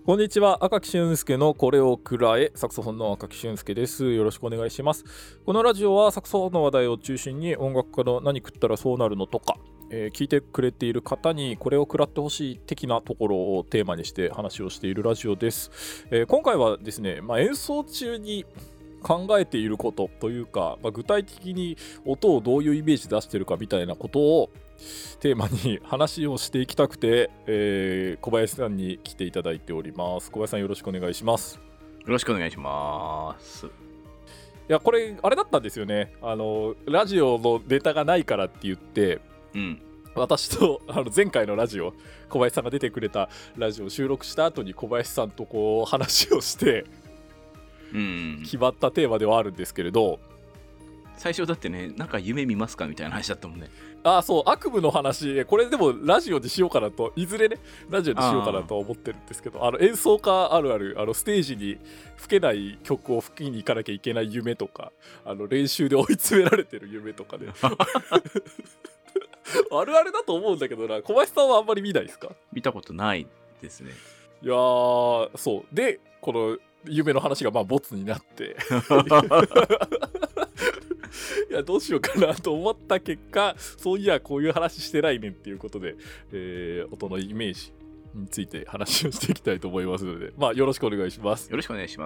こんにちは、赤木俊介のこれをくらえ、サクソフォンの赤木俊介です。よろしくお願いします。このラジオはサクソフォンの話題を中心に音楽家の何食ったらそうなるのとか、聞いてくれている方にこれを食らってほしい的なところをテーマにして話をしているラジオです。今回はですね、演奏中に考えていることというか、具体的に音をどういうイメージ出してるかみたいなことをテーマに話をしていきたくて、小林さんに来ていただいております。小林さん、よろしくお願いします。 よろしくお願いします。 いや、これあれだったんですよね。ラジオのネタがないからって言って、私と前回のラジオ、小林さんが出てくれたラジオを収録した後に小林さんとこう話をして決まったテーマではあるんですけれど、 最初だってね、なんか夢見ますかみたいな話だったもんね。 そう、悪夢の話、これでもラジオにしようかなと、いずれね、ラジオにしようかなと思ってるんですけど、演奏家あるある、ステージに吹けない曲を吹きに行かなきゃいけない夢とか、練習で追い詰められてる夢とかね。あるあるだと思うんだけどな、小林さんはあんまり見ないですか？ 見たことないですね。 いやー、そう。で、この夢の話がボツになって。いや、どうしようかなと思った結果、そういやこういう話してないねんっていうことで、音のイメージについて話をしていきたいと思いますので、よろしくお願いします。 よろしくお願いします。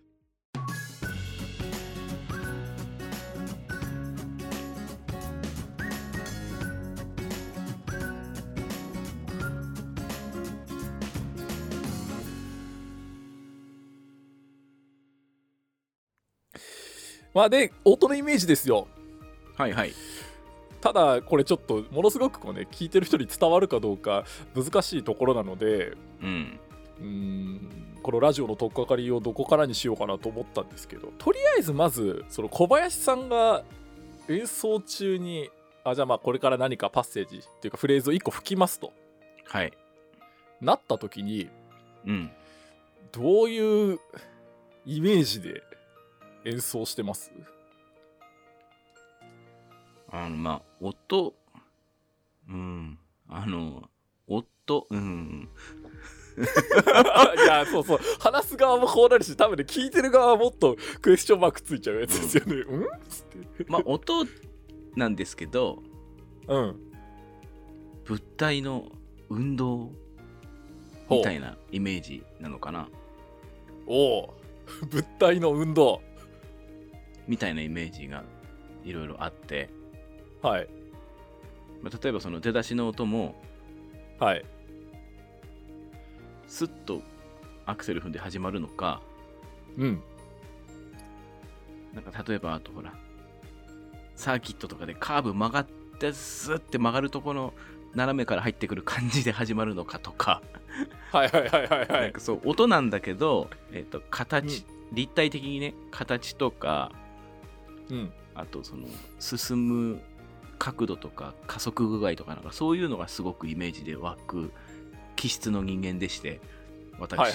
で、音のイメージですよ。 はいはい。 ただこれちょっとものすごくこうね、聞いてる人に伝わるかどうか難しいところなので、このラジオの取っかかりをどこからにしようかなと思ったんですけど、とりあえずまずその小林さんが演奏中にじゃあこれから何かパッセージっていうかフレーズを1個吹きますと、なった時に、どういうイメージで演奏してます？ 音、 いや、そうそう、話す側もこうなるし、多分ね、聞いてる側はもっとクエスチョンマークついちゃうやつですよね。つって音なんですけど、物体の運動みたいなイメージなのかな。 物体の運動みたいなイメージがいろいろあって、 例えばその出だしの音も、スッとアクセル踏んで始まるのか、なんか例えばあとほらサーキットとかでカーブ曲がってスッて曲がるとこの斜めから入ってくる感じで始まるのかとか、なんかそう音なんだけど、形、立体的にね、形とか、あとその進む角度とか加速具合とか、なんかそういうのがすごくイメージで湧く気質の人間でして、私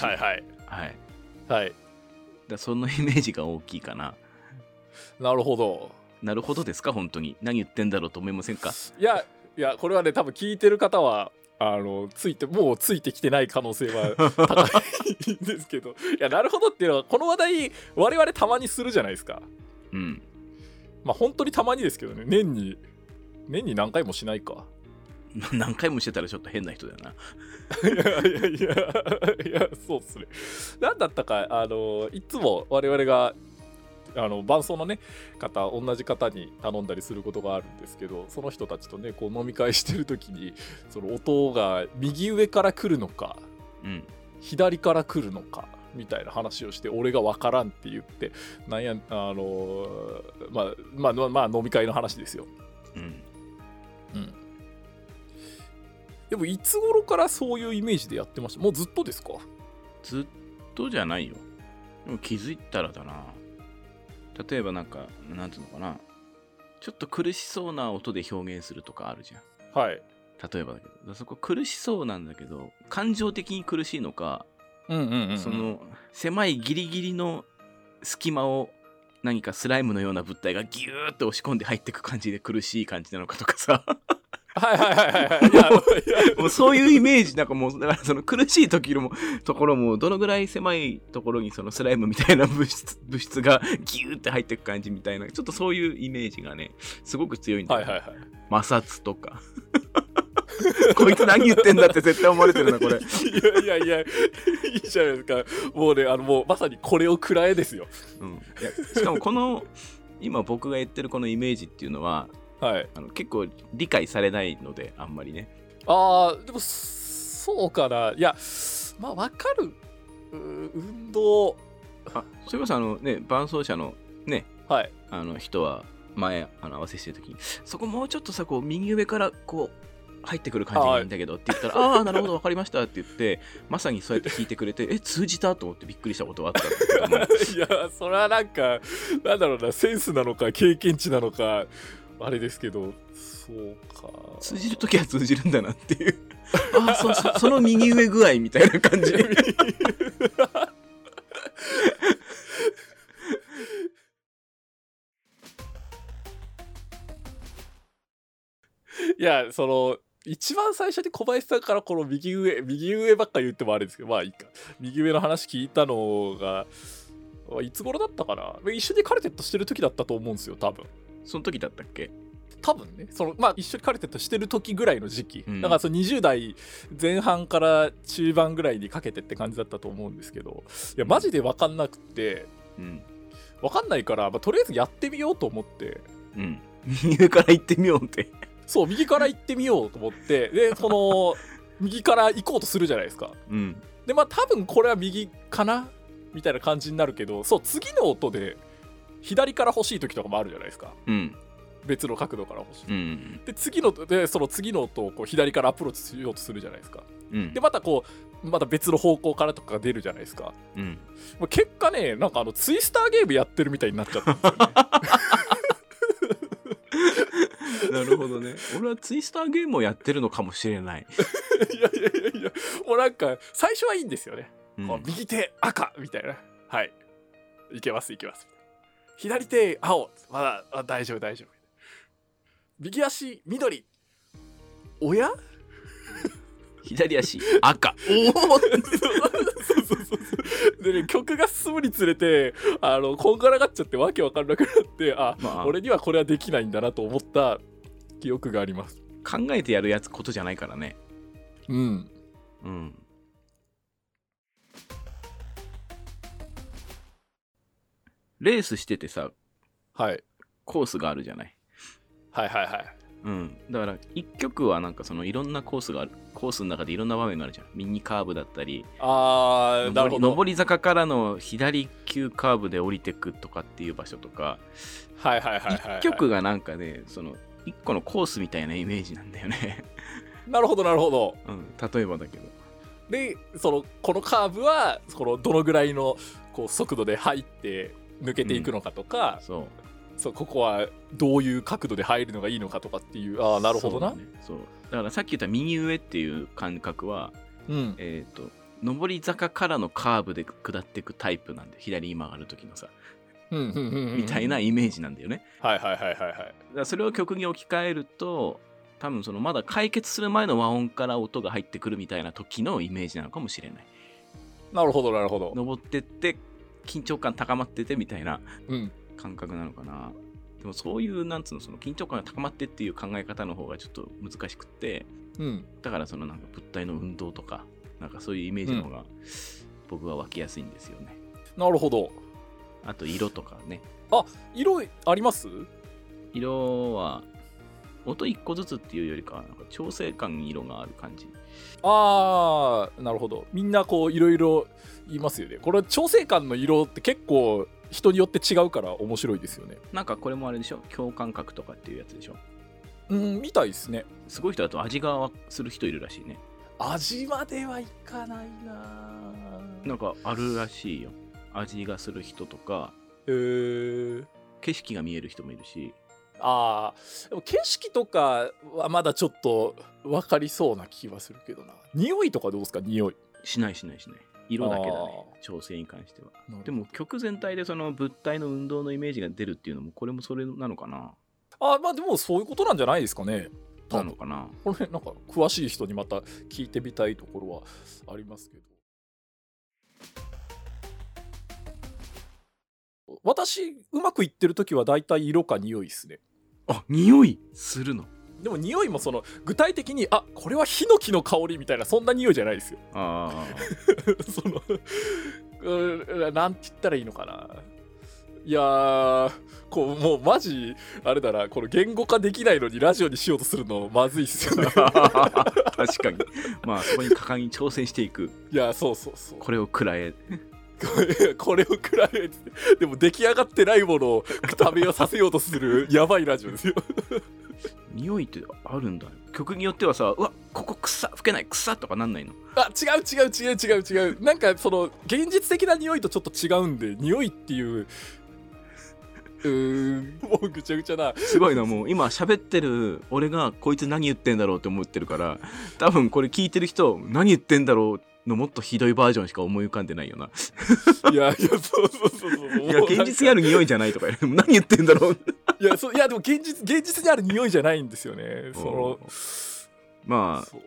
だそのイメージが大きいかな。 なるほど。 なるほどですか？本当に何言ってんだろうと思いませんか？ いやこれはね、多分聞いてる方はもうついてきてない可能性は高いんですけど、いや、なるほどっていうのは、この話題我々たまにするじゃないですか。本当にたまにですけどね、年に何回もしないか。 何回もしてたらちょっと変な人だよな。 いや、そうっすね。なんだったか、いつも我々が伴奏のね同じ方に頼んだりすることがあるんですけど、その人たちとねこう飲み会してる時に、その音が右上から来るのか、左から来るのかみたいな話をして、俺が分からんって言って、なんや飲み会の話ですよ。でもいつ頃からそういうイメージでやってました？もうずっとですか？ ずっとじゃないよ。でも気づいたらだな。例えばなんか、なんていうのかな、ちょっと苦しそうな音で表現するとかあるじゃん。例えばだけど、そこ苦しそうなんだけど、感情的に苦しいのか、その狭いギリギリの隙間を何かスライムのような物体がギューッと押し込んで入ってく感じで苦しい感じなのかとかさはいはいはいはい。いやもうそういうイメージ、なんかもうだからその苦しい時のところもどのぐらい狭いところにそのスライムみたいな物質がギューって入っていく感じみたいな、ちょっとそういうイメージがねすごく強いんだよね。 はいはいはい。 摩擦とかこいつ何言ってんだって絶対思われてるなこれ。 いやいやいいじゃないですか。もうねもうまさにこれを食らえですよ。 いやしかもこの今僕が言ってるこのイメージっていうのは、 はい、 結構理解されないのであんまりね。 でもそうかな。いやまあ分かる。運動そういえばさね伴走者のね、 はい、 人は前合わせしてる時にそこもうちょっとさこう右上からこう入ってくる感じがいいんだけどって言ったらああなるほど分かりましたって言ってまさにそうやって聞いてくれて通じたと思ってびっくりしたことはあったんですけどいやそれはなんかなんだろうな、センスなのか経験値なのかあれですけど、そうか通じるときは通じるんだなっていうその右上具合みたいな感じいや一番最初に小林さんからこの右上ばっか言ってもあれですけど、まあいいか。右上の話聞いたのがいつ頃だったかな。一緒にカルテットしてる時だったと思うんですよ、多分。 その時だったっけ。 多分ね、まあ一緒にカルテットしてる時ぐらいの時期、だから20代前半から中盤ぐらいにかけてって感じだったと思うんですけど、いやマジで分かんなくて、分かんないから、とりあえずやってみようと思って、 右上から行ってみようってそう右から行ってみようと思って、で右から行こうとするじゃないですか、で多分これは右かなみたいな感じになるけど、次の音で左から欲しい時とかもあるじゃないですか、別の角度から欲しい、で次の音をこう左からアプローチしようとするじゃないですか、でまた別の方向からとかが出るじゃないですか、結果ねなんかツイスターゲームやってるみたいになっちゃったんですよねなるほどね。俺はツイスターゲームをやってるのかもしれないいやもうなんか最初はいいんですよね、右手赤みたいな、はいいけます左手青まだ大丈夫右足緑おや左足赤でね、曲が進むにつれてこんがらがっちゃってわけわかんなくなって俺にはこれはできないんだなと思った記憶があります。 考えてやることじゃないからね。レースしててさ、コースがあるじゃない。 はいだから1曲はなんかいろんなコースがある。コースの中でいろんな場面があるじゃん。ミニカーブだったり、 なるほど、 上り坂からの左急カーブで降りてくとかっていう場所とか、1曲がなんかね1個のコースみたいなイメージなんだよねなるほど、 例えばだけど、 でこのカーブはどのぐらいのこう速度で入って抜けていくのかとか、ここはどういう角度で入るのがいいのかとかっていう、なるほどな。 だからさっき言った右上っていう感覚は、上り坂からのカーブで下っていくタイプなんで、左に曲がる時のさみたいなイメージなんだよね。だからそれを曲に置き換えると多分まだ解決する前の和音から音が入ってくるみたいな時のイメージなのかもしれない。 なるほど登ってって緊張感高まっててみたいな感覚なのかな。でもそういうなんつうの緊張感が高まってっていう考え方の方がちょっと難しくって、だからなんか物体の運動とかなんかそういうイメージの方が僕は湧きやすいんですよね。 なるほど。 あと色とかね。 色あります？ 色は音1個ずつっていうよりかはなんか調整感に色がある感じ。 なるほど。みんなこういろいろ言いますよね。これ調整感の色って結構人によって違うから面白いですよね。 なんかこれもあれでしょ、共感覚とかっていうやつでしょ。 みたいですね。 すごい人だと味がする人いるらしいね。 味まではいかないな。 なんかあるらしいよ。味がする人とか、景色が見える人もいるし。 でも景色とかはまだちょっと分かりそうな気はするけどな。匂いとかどうですか？匂いしない。色だけだね、調整に関しては。でも曲全体で物体の運動のイメージが出るっていうのもこれもそれなのかな。 でもそういうことなんじゃないですかね。 なのかな。 この辺なんか詳しい人にまた聞いてみたいところはありますけど、私うまくいってる時はだいたい色か匂いですね。 あ、匂いするの？ でも匂いもその具体的にこれはヒノキの香りみたいなそんな匂いじゃないですよ。そのなんて言ったらいいのかな。いやー、こうもうマジあれだな、この言語化できないのにラジオにしようとするのまずいっすよね。 確かに。まあそこに果敢に挑戦していく。 いや、そう。 これを食らえ。 これを食らえって。でも出来上がってないものを食べさせようとするやばいラジオですよ。 匂いってあるんだ。曲によってはさ、うわ、ここ草吹けない草とかなんないの？ 違う。なんかその現実的な匂いとちょっと違うんで、匂いっていうもうぐちゃぐちゃな。 すごいな、もう今喋ってる俺がこいつ何言ってんだろうって思ってるから、多分これ聞いてる人何言ってんだろうのもっとひどいバージョンしか思い浮かんでないよな。 いやそういや現実にある匂いじゃないとか何言ってんだろう。 いやでも現実にある匂いじゃないんですよね。 まあ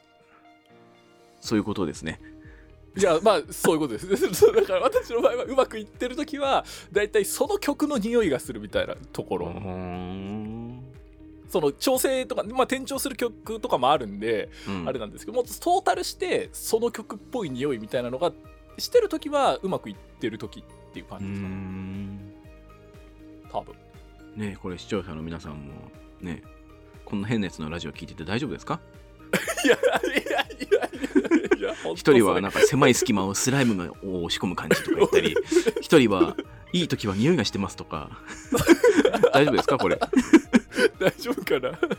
そういうことですね。 いやまあそういうことです。だから私の場合はうまくいってる時はだいたいその曲の匂いがするみたいなところ。その調整とか、転調する曲とかもあるんで、あれなんですけども、トータルしてその曲っぽい匂いみたいなのがしてる時はうまくいってる時っていう感じですかね。多分ね。これ視聴者の皆さんもね、こんな変なやつのラジオ聞いてて大丈夫ですか？ いや一人はなんか狭い隙間をスライムを押し込む感じとか言ったり、一人はいい時は匂いがしてますとか。大丈夫ですかこれ？ 大丈夫かな。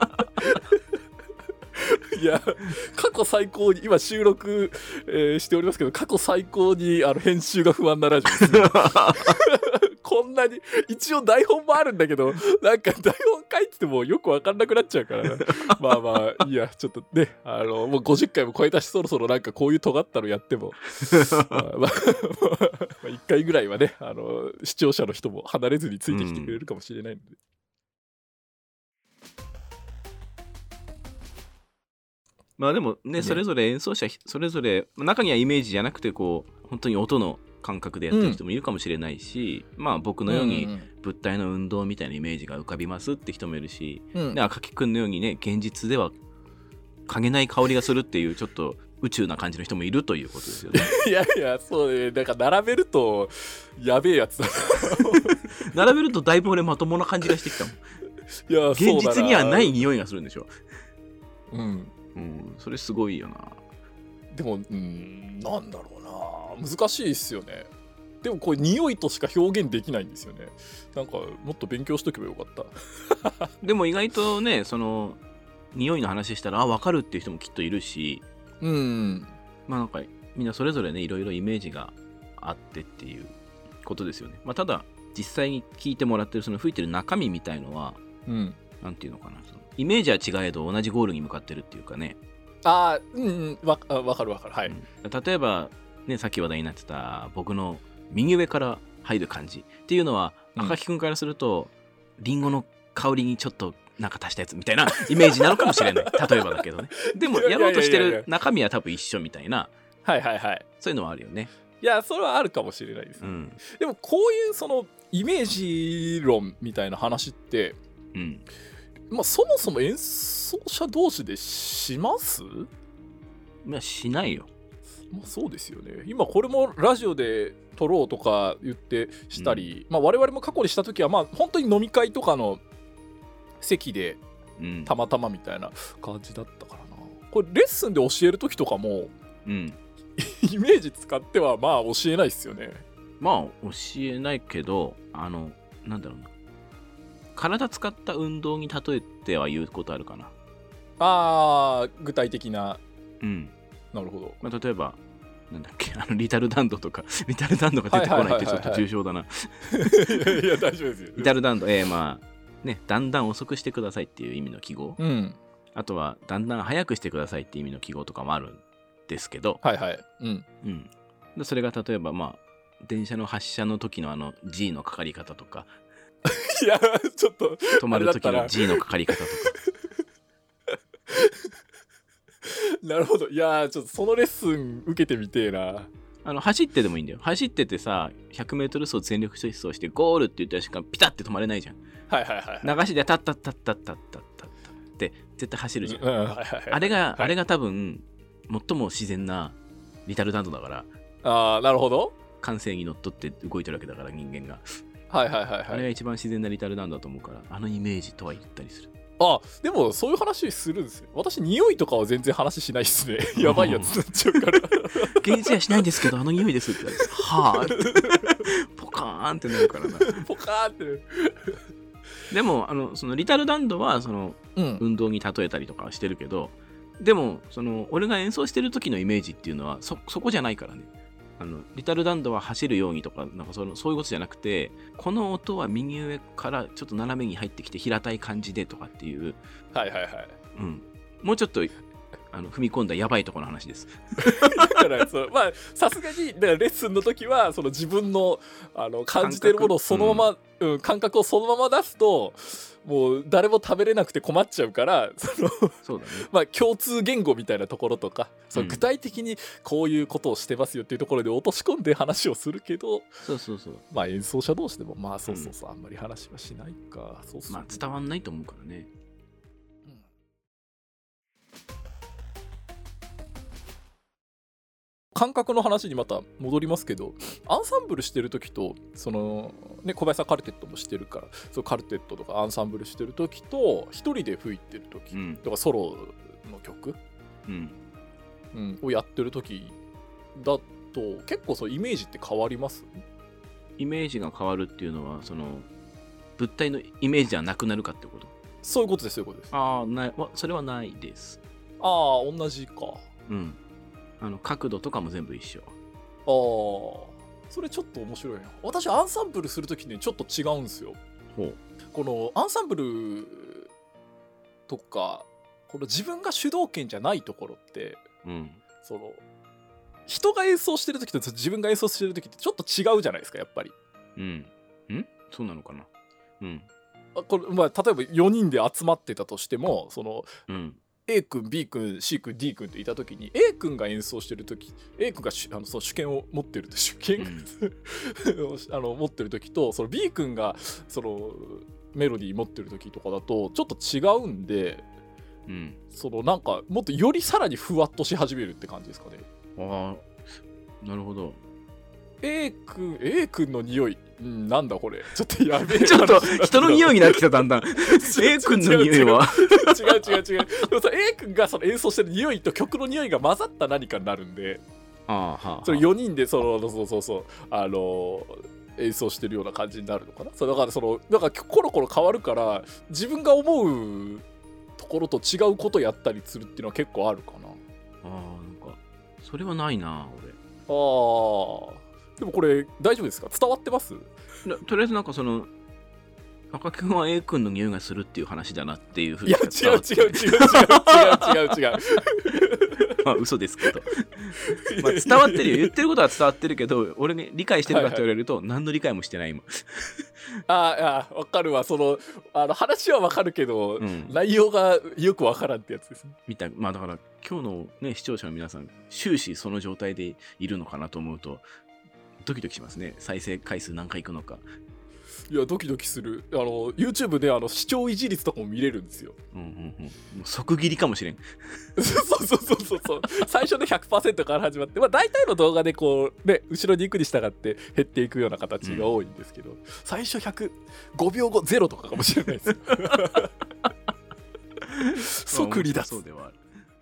いや過去最高に今収録、しておりますけど、過去最高に編集が不安なラジオです、ね。こんなに一応台本もあるんだけど、なんか台本書いててもよく分かんなくなっちゃうからな。まあいいや、ちょっとね、もう50回も超えたし、そろそろなんかこういう尖ったのやっても1回ぐらいはね、視聴者の人も離れずについてきてくれるかもしれないので。 まあでもね、それぞれ演奏者それぞれ中にはイメージじゃなくてこう本当に音の感覚でやってる人もいるかもしれないし、まあ僕のように物体の運動みたいなイメージが浮かびますって人もいるし、で赤木くんのようにね、現実では嗅げない香りがするっていうちょっと宇宙な感じの人もいるということですよね。 いやそうね、なんか並べるとやべえやつだ。 並べるとだいぶ俺まともな感じがしてきたもん。 いや現実にはない匂いがするんでしょ。 うんそれすごいよな。 でもなんだろうな、難しいっすよね。でもこれ匂いとしか表現できないんですよね。なんかもっと勉強しとけばよかった。 でも意外とね、その匂いの話したら分かるっていう人もきっといるし、まあなんかみんなそれぞれね、いろいろイメージがあってっていうことですよね。まあただ実際に聞いてもらってるその吹いてる中身みたいのは、なんていうのかな、そのイメージは違えど同じゴールに向かってるっていうかね。 わかるはい、 例えばね、さっき話題になってた僕の右上から入る感じっていうのは、赤木くんからするとリンゴの香りにちょっとなんか足したやつみたいなイメージなのかもしれない。例えばだけどね。でもやろうとしてる中身は多分一緒みたいな、そういうのはあるよね。 いや、それはあるかもしれないです、でもこういうそのイメージ論みたいな話って、そもそも演奏者同士でします？ いや、しないよ。 そうですよね。今これもラジオで撮ろうとか言ってしたり、我々も過去にした時は本当に飲み会とかの席でたまたまみたいな感じだったからな。これレッスンで教える時とかも、イメージ使っては教えないっすよね。 教えないけど、なんだろうな、体使った運動に例えては言うことあるかな。 具体的な。なるほど。例えばなんだっけ、リタルダンドとかリタルダンドが出てこないってちょっと重症だな。 いや大丈夫ですよ。 リタルダンド、だんだん遅くしてくださいっていう意味の記号、あとはだんだん早くしてくださいっていう意味の記号とかもあるんですけど、それが例えば電車の発車の時のG のかかり方とか、 いやちょっと止まる時の G のかかり方とかなるほど。いやー、ちょっとそのレッスン受けてみてえな。 走ってでもいいんだよ。走っててさ、100m 走全力疾走してゴールって言った瞬間ピタッて止まれないじゃん。 はいはいはい。 流しでタッタッタッタッタッタッタッって絶対走るじゃん。あれが多分最も自然なリタルダンドだから。 ああ、なるほど。 感性にのっとって動いてるわけだから人間が。 はいはいはいはい。 あれが一番自然なリタルダンドだと思うから、あのイメージとは言ったりする。 あ、でもそういう話するんですよ。私匂いとかは全然話しないっすね。やばいやつになっちゃうから。 現実はしないんですけど、あの匂いですって言ったら、はぁポカーンってなるからな。 ポカーンって。 でもそのリタルダンドはその、運動に例えたりとかしてるけど、でもその俺が演奏してる時のイメージっていうのはそこじゃないからね。リタルダンドは走るようにとか、なんかそういうことじゃなくて、この音は右上からちょっと斜めに入ってきて平たい感じでとかっていう、 はいはいはい、 もうちょっと踏み込んだやばいところの話です。 だからまあさすがにだからレッスンの時はその自分の感じてるものをそのまま、感覚をそのまま出すともう誰も食べれなくて困っちゃうからそうだね、 まあ共通言語みたいなところとか、具体的にこういうことをしてますよっていうところで落とし込んで話をするけど、まあ演奏者同士でもまあそうあんまり話はしないか。 まあ伝わんないと思うからね。 感覚の話にまた戻りますけど、アンサンブルしてる時とその、ね、小林さんカルテットもしてるから、そのカルテットとかアンサンブルしてる時と一人で吹いてる時とか、ソロの曲、をやってる時だと結構そうイメージって変わります？ イメージが変わるっていうのはその物体のイメージじゃなくなるかってこと？ そういうことです、そういうことです。 それはないです。 同じか。 角度とかも全部一緒。 それちょっと面白いな。私アンサンブルするときねちょっと違うんですよ。このアンサンブルとかこの自分が主導権じゃないところって、その人が演奏してるときと自分が演奏してるときってちょっと違うじゃないですか、やっぱり。 そうなのかな。 これ例えば4人で集まってたとしても、その、A 君 B 君 C 君 D 君といた時に A 君が演奏してる時 A 君がその主権を持ってると持ってる時と、その B 君がそのメロディー持ってる時とかだとちょっと違うんで、そのなんかもっとよりさらにふわっとし始めるって感じですかね。 なるほど。 A 君の匂い、なんだこれちょっとやべえちょっと人の匂いになってきただんだんA 君の匂いは違うでもさ A 君がその演奏してる匂いと曲の匂いが混ざった何かになるんで、それ4人で演奏してるような感じになるのかな。だからコロコロ変わるから自分が思うところと違うことやったりするっていうのは結構あるかな。 なんかそれはないな俺。でもこれ大丈夫ですか？伝わってます？ とりあえずなんかその赤木君は A 君の匂いがするっていう話だなっていうふうに。いや違うまあ嘘ですけど伝わってるよ。言ってることは伝わってるけど、俺に理解してるかって言われると何の理解もしてない今。 わかるわ。話はわかるけど、内容がよくわからんってやつですね。 だから今日のね視聴者の皆さん終始その状態でいるのかなと思うとドキドキしますね。再生回数何回いくのか。 いやドキドキする。YouTube で視聴維持率とかも見れるんですよ。 もう即切りかもしれん。 そう最初の 100% から始まって、大体の動画でこうね後ろに行くに従って減っていくような形が多いんですけど、最初105秒後0とかかもしれないですよ。即離脱。 そうではある。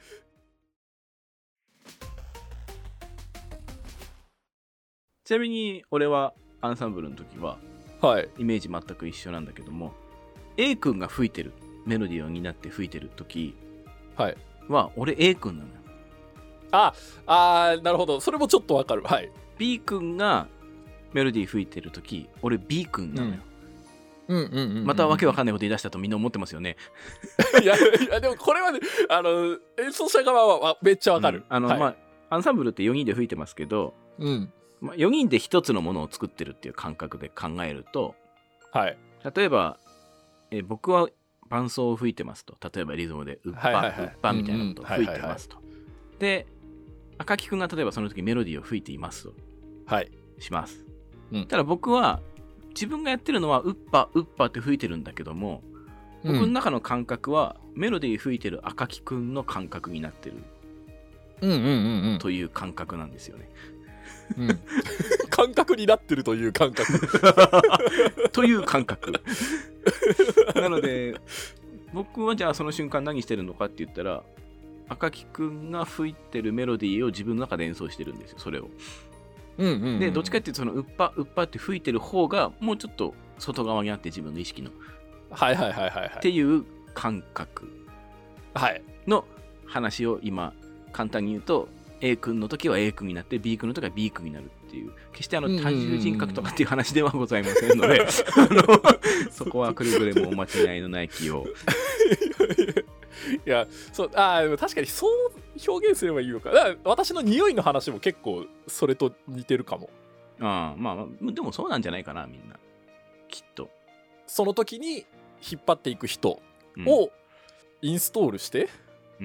ちなみに俺はアンサンブルの時はイメージ全く一緒なんだけども、 A 君が吹いてるメロディーを担って吹いてる時は俺 A 君なのよ。なるほど。それもちょっとわかる。 B 君がメロディー吹いてる時俺 B 君なのよ。またわけわかんないこと言い出したとみんな思ってますよね。 いやでもこれはね演奏者側はめっちゃわかる。 アンサンブルって4人で吹いてますけど、4人で1つのものを作ってるっていう感覚で考えると、例えば、僕は伴奏を吹いてますと、例えばリズムでウッパ、ウッパみたいなことを吹いてますと、で赤木くんが例えばその時メロディーを吹いていますと、します、ただ僕は自分がやってるのはウッパウッパって吹いてるんだけども、僕の中の感覚はメロディー吹いてる赤木くんの感覚になってるという感覚なんですよね。 感覚になってるという感覚という感覚なので僕はじゃあその瞬間何してるのかって言ったら、赤木くんが吹いてるメロディーを自分の中で演奏してるんですよ、それを。でどっちかっていうとそのウッパウッパって吹いてる方がもうちょっと外側にあって、自分の意識のっていう感覚の話を今簡単に言うと、A 君の時は A 君になって B 君の時は B 君になるっていう、決して多重人格とかっていう話ではございませんのでそこはくれぐれもお間違いのない気をいや、そう、でも確かにそう表現すればいいのか。だから私の匂いの話も結構それと似てるかも。 まあでもそうなんじゃないかな、みんなきっと。 その時に引っ張っていく人をインストールして、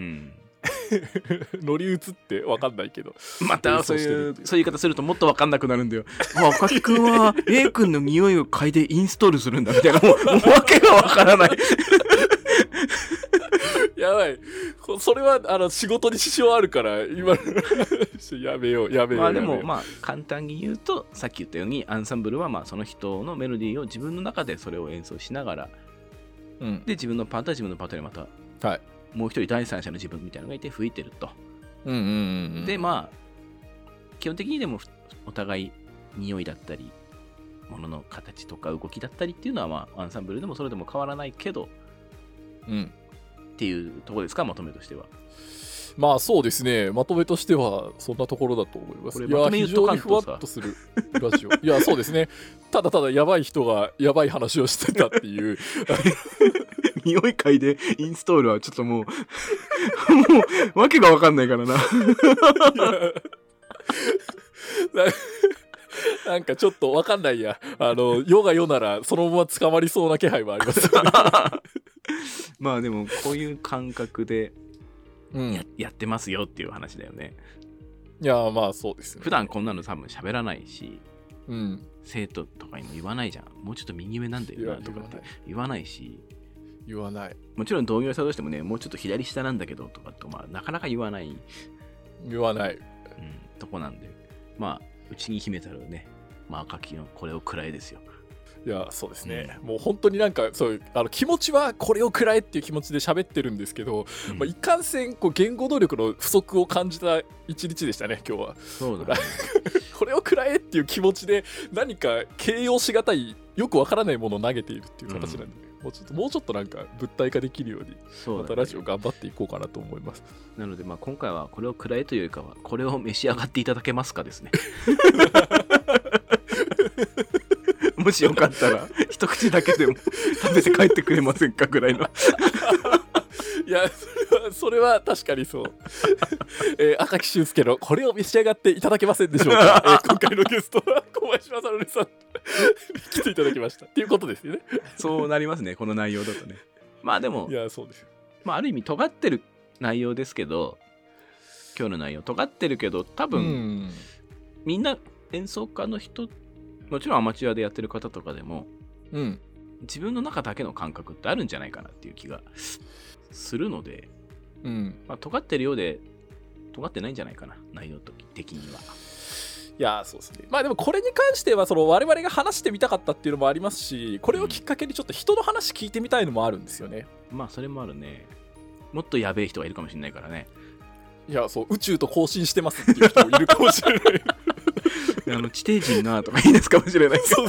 乗り移って分かんないけど、 またそういう言い方するともっと分かんなくなるんだよ。赤木くんは A 君の匂いを嗅いでインストールするんだみたいな、もう訳が分からないやばい、それは仕事に支障あるから今やめよう。 でも簡単に言うと、さっき言ったようにアンサンブルはその人のメロディーを自分の中でそれを演奏しながら、で自分のパートは自分のパートでまた、もう一人第三者の自分みたいなのがいて吹いてると。で基本的にでもお互い匂いだったり物の形とか動きだったりっていうのはアンサンブルでもそれでも変わらないけど、っていうところですか、まとめとしては。 そうですね、まとめとしてはそんなところだと思います。 これまとめ言うとかんとさ、 非常にふわっとするラジオいやそうですね、ただただやばい人がやばい話をしてたっていう匂い嗅いでインストールはちょっともうわけが分かんないからななんかちょっと分かんないや、世が世ならそのまま捕まりそうな気配はありますでもこういう感覚でやってますよっていう話だよね。 いやそうですね。 普段こんなの多分喋らないし、生徒とかにも言わないじゃん。もうちょっと右上なんだよなとかって言わないし、もちろん同業者としてもね、もうちょっと左下なんだけどとかとなかなか言わないとこなんで、うちに秘めたるね、赤木のこれをくらえですよ。 いやそうですね、もう本当になんかそういう気持ちはこれをくらえっていう気持ちで喋ってるんですけど、いかんせん言語能力の不足を感じた一日でしたね今日は。 そうだねこれをくらえっていう気持ちで何か形容しがたいよくわからないものを投げているっていう形なんで、もうちょっとなんか物体化できるようにまたラジオ頑張っていこうかなと思います。 なので今回はこれをくらえというよりかはこれを召し上がっていただけますかですねもしよかったら一口だけでも食べて帰ってくれませんかぐらいのいやそれは確かにそう、赤木俊介のこれを召し上がっていただけませんでしょうか、今回のゲストは小林正則さん来ていただきましたっていうことですよね。 そうなりますね、この内容だとね。でもいやそうですよ、 ある意味尖ってる内容ですけど、今日の内容尖ってるけど多分、みんな演奏家の人、もちろんアマチュアでやってる方とかでも、自分の中だけの感覚ってあるんじゃないかなっていう気がするので、尖ってるようで尖ってないんじゃないかな、内容的には。 いやそうですね。でもこれに関しては我々が話してみたかったっていうのもありますし、これをきっかけにちょっと人の話聞いてみたいのもあるんですよね。 それもあるね。もっとやべえ人がいるかもしれないからね。 いやそう、宇宙と交信してますっていう人もいるかもしれない地底人なとか言い出すかもしれないそう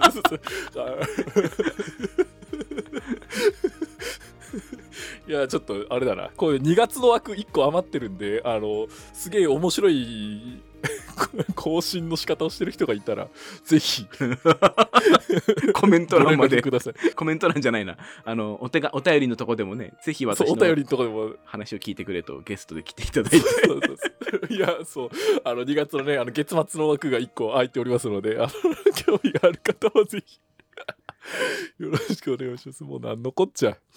いやちょっとあれだな、こういう2月の枠1個余ってるんで、すげえ面白い更新の仕方をしてる人がいたらぜひコメント欄までください。 コメント欄じゃないな、お便りのとこでもね、ぜひ私のお便りのとこでも話を聞いてくれとゲストで来ていただいていやそう、2月のね月末の枠が1個空いておりますので、興味がある方はぜひよろしくお願いします。もうなんのこっちゃ。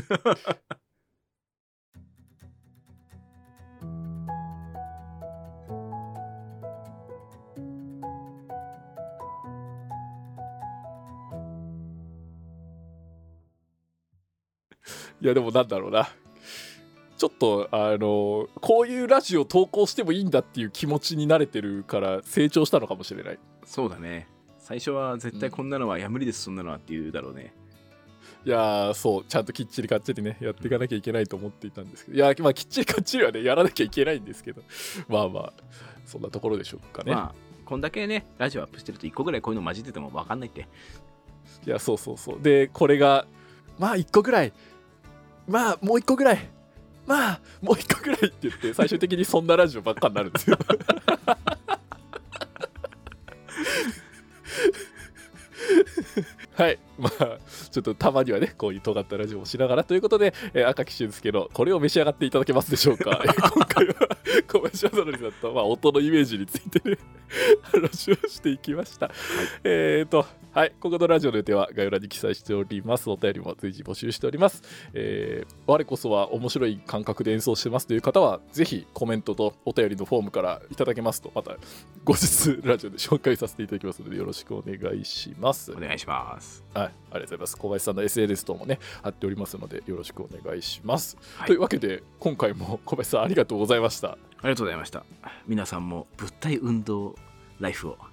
いやでもなんだろうな、ちょっとこういうラジオ投稿してもいいんだっていう気持ちに慣れてるから成長したのかもしれない。 そうだね。最初は絶対こんなのは、いや無理ですそんなのはって言うだろうね。 いやーそう、ちゃんときっちりかっちりねやっていかなきゃいけないと思っていたんですけど、いやまあきっちりかっちりはねやらなきゃいけないんですけど、まあまあそんなところでしょうかね。 まあこんだけねラジオアップしてると1個ぐらいこういうの混じってても分かんないって。 いやそうそうそう。でこれがまあ1個ぐらい、まあもう1個ぐらい、まあもう1個ぐらいって言って最終的にそんなラジオばっかになるんですよ。はい、まあちょっとたまにはねこういう尖ったラジオをしながらということで、赤木俊介のこれを召し上がっていただけますでしょうか。今回は小林正則さんと、音のイメージについてね話をしていきました。はい、ここのラジオの予定は概要欄に記載しております。お便りも随時募集しております。我こそは面白い感覚で演奏してますという方はぜひコメントとお便りのフォームからいただけますと、また後日ラジオで紹介させていただきますのでよろしくお願いします。 お願いします。 はい、ありがとうございます。小林さんの SNS 等もね貼っておりますのでよろしくお願いします。はい、というわけで今回も小林さんありがとうございました。 ありがとうございました。皆さんも物体運動ライフを